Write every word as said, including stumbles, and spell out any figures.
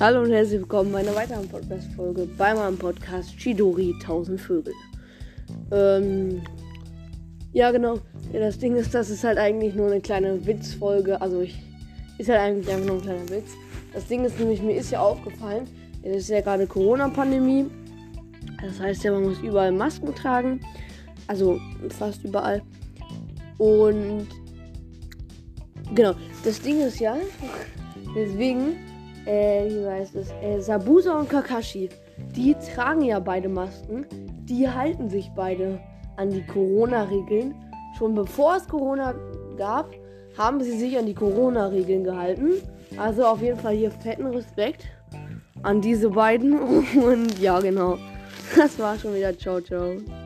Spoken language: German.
Hallo und herzlich willkommen bei einer weiteren Podcast-Folge bei meinem Podcast Chidori tausend Vögel. Ähm, ja genau, ja, das Ding ist, das ist halt eigentlich nur eine kleine Witzfolge, also ich, ist halt eigentlich einfach nur ein kleiner Witz. Das Ding ist nämlich, mir ist ja aufgefallen, es ist ja gerade Corona-Pandemie, das heißt ja, man muss überall Masken tragen, also fast überall. Und genau, das Ding ist ja, deswegen, äh, wie heißt es, äh, Zabuza und Kakashi, die tragen ja beide Masken, die halten sich beide an die Corona-Regeln. Schon bevor es Corona gab, haben sie sich an die Corona-Regeln gehalten. Also auf jeden Fall hier fetten Respekt an diese beiden. Und ja, genau, das war schon wieder. Ciao, ciao.